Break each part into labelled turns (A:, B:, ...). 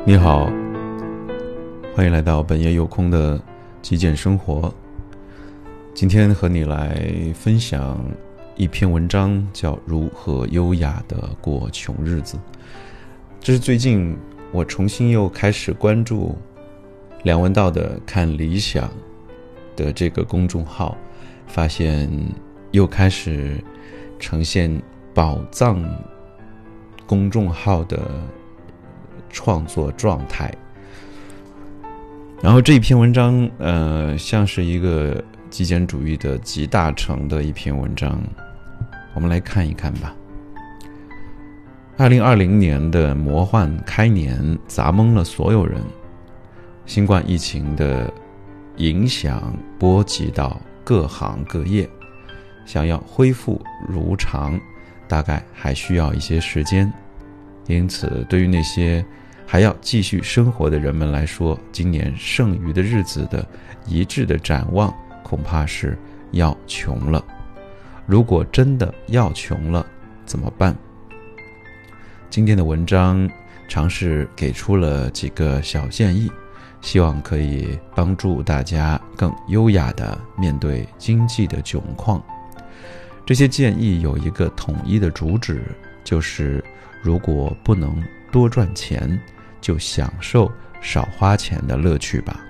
A: 你好，欢迎来到本夜有空的极简生活。今天和你来分享一篇文章，叫《如何优雅地过穷日子》。这是最近我重新又开始关注梁文道的看理想的这个公众号，发现又开始呈现宝藏公众号的创作状态。然后这一篇文章像是一个极简主义的集大成的一篇文章，我们来看一看吧。2020年的魔幻开年砸懵了所有人，新冠疫情的影响波及到各行各业，想要恢复如常大概还需要一些时间。因此对于那些还要继续生活的人们来说，今年剩余的日子的一致的展望恐怕是要穷了。如果真的要穷了怎么办？今天的文章尝试给出了几个小建议，希望可以帮助大家更优雅地面对经济的窘况。这些建议有一个统一的主旨，就是如果不能多赚钱，就享受少花钱的乐趣吧。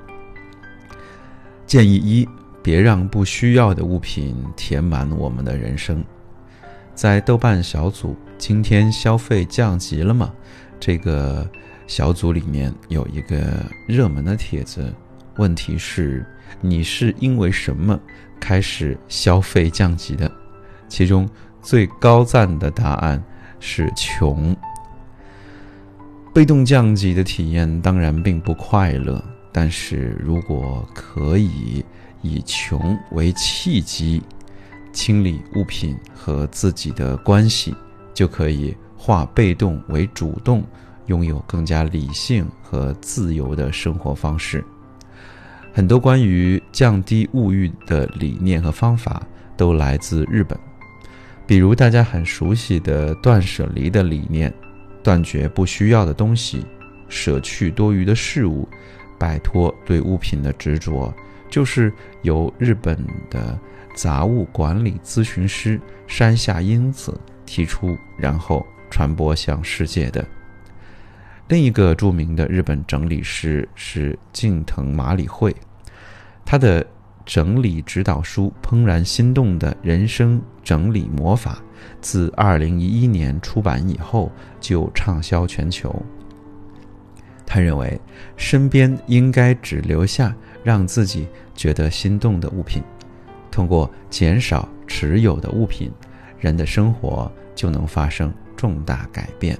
A: 建议一，别让不需要的物品填满我们的人生。在豆瓣小组今天消费降级了吗？这个小组里面有一个热门的帖子，问题是你是因为什么开始消费降级的？其中最高赞的答案是穷。被动降级的体验当然并不快乐，但是如果可以以穷为契机，清理物品和自己的关系，就可以化被动为主动，拥有更加理性和自由的生活方式。很多关于降低物欲的理念和方法都来自日本，比如大家很熟悉的断舍离的理念，断绝不需要的东西，舍去多余的事物，摆脱对物品的执着，就是由日本的杂物管理咨询师山下英子提出，然后传播向世界的。另一个著名的日本整理师是近藤麻里惠，他的整理指导书《怦然心动的人生整理魔法》自2011年出版以后就畅销全球。他认为身边应该只留下让自己觉得心动的物品，通过减少持有的物品，人的生活就能发生重大改变。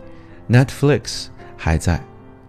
A: Netflix 还在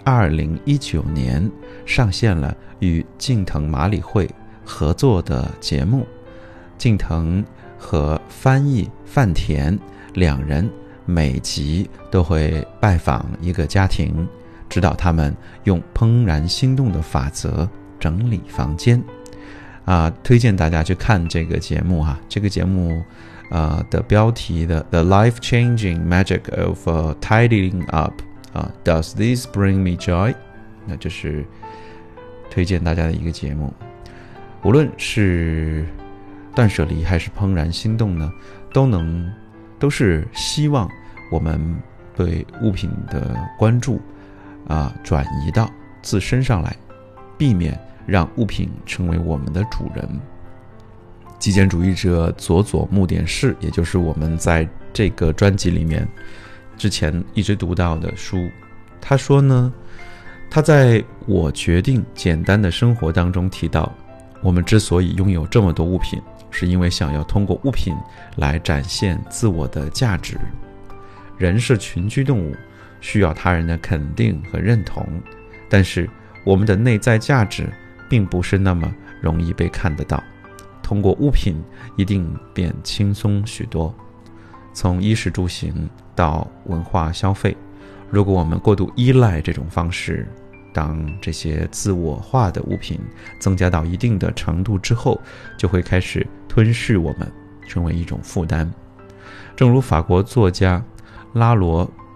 A: 2019年上线了与近藤麻里惠合作的节目，近藤和翻译范田两人每集都会拜访一个家庭，指导他们用怦然心动的法则整理房间。推荐大家去看这个节目这个节目的标题的 The Life-Changing Magic of Tidying Up Does This Bring Me Joy？ 那这是推荐大家的一个节目。无论是断舍离还是怦然心动呢，都是希望我们对物品的关注转移到自身上来，避免让物品成为我们的主人。极简主义者佐佐木典士，也就是我们在这个专辑里面之前一直读到的书，他说呢，他在我决定简单的生活当中提到，我们之所以拥有这么多物品，是因为想要通过物品来展现自我的价值。人是群居动物，需要他人的肯定和认同，但是我们的内在价值并不是那么容易被看得到，通过物品一定变轻松许多。从衣食住行到文化消费，如果我们过度依赖这种方式，当这些自我化的物品增加到一定的程度之后，就会开始吞噬我们，成为一种负担。正如法国作家拉罗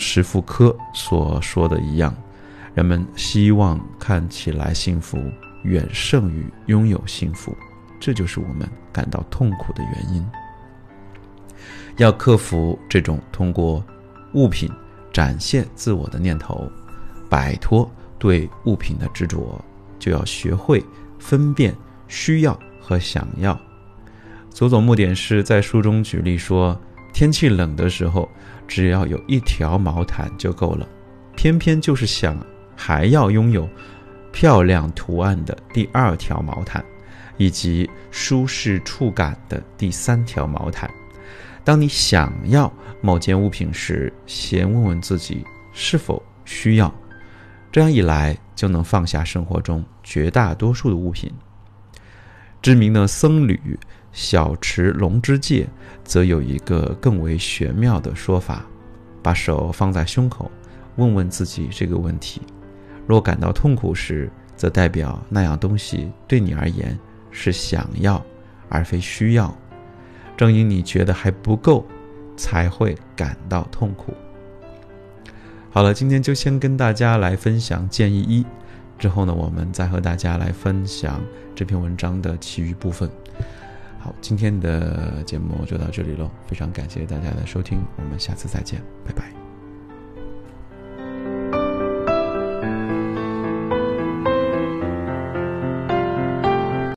A: 史福柯所说的一样，人们希望看起来幸福远胜于拥有幸福，这就是我们感到痛苦的原因。要克服这种通过物品展现自我的念头，摆脱对物品的执着，就要学会分辨需要和想要。佐佐木典士在书中举例说，天气冷的时候，只要有一条毛毯就够了，偏偏就是想还要拥有漂亮图案的第二条毛毯，以及舒适触感的第三条毛毯。当你想要某件物品时，先问问自己是否需要，这样一来就能放下生活中绝大多数的物品。知名的僧侣小池龙之介则有一个更为玄妙的说法，把手放在胸口，问问自己这个问题，若感到痛苦时，则代表那样东西对你而言是想要而非需要，正因你觉得还不够，才会感到痛苦。好了，今天就先跟大家来分享建议1，之后呢，我们再和大家来分享这篇文章的其余部分。好，今天的节目就到这里了，非常感谢大家的收听，我们下次再见，拜拜。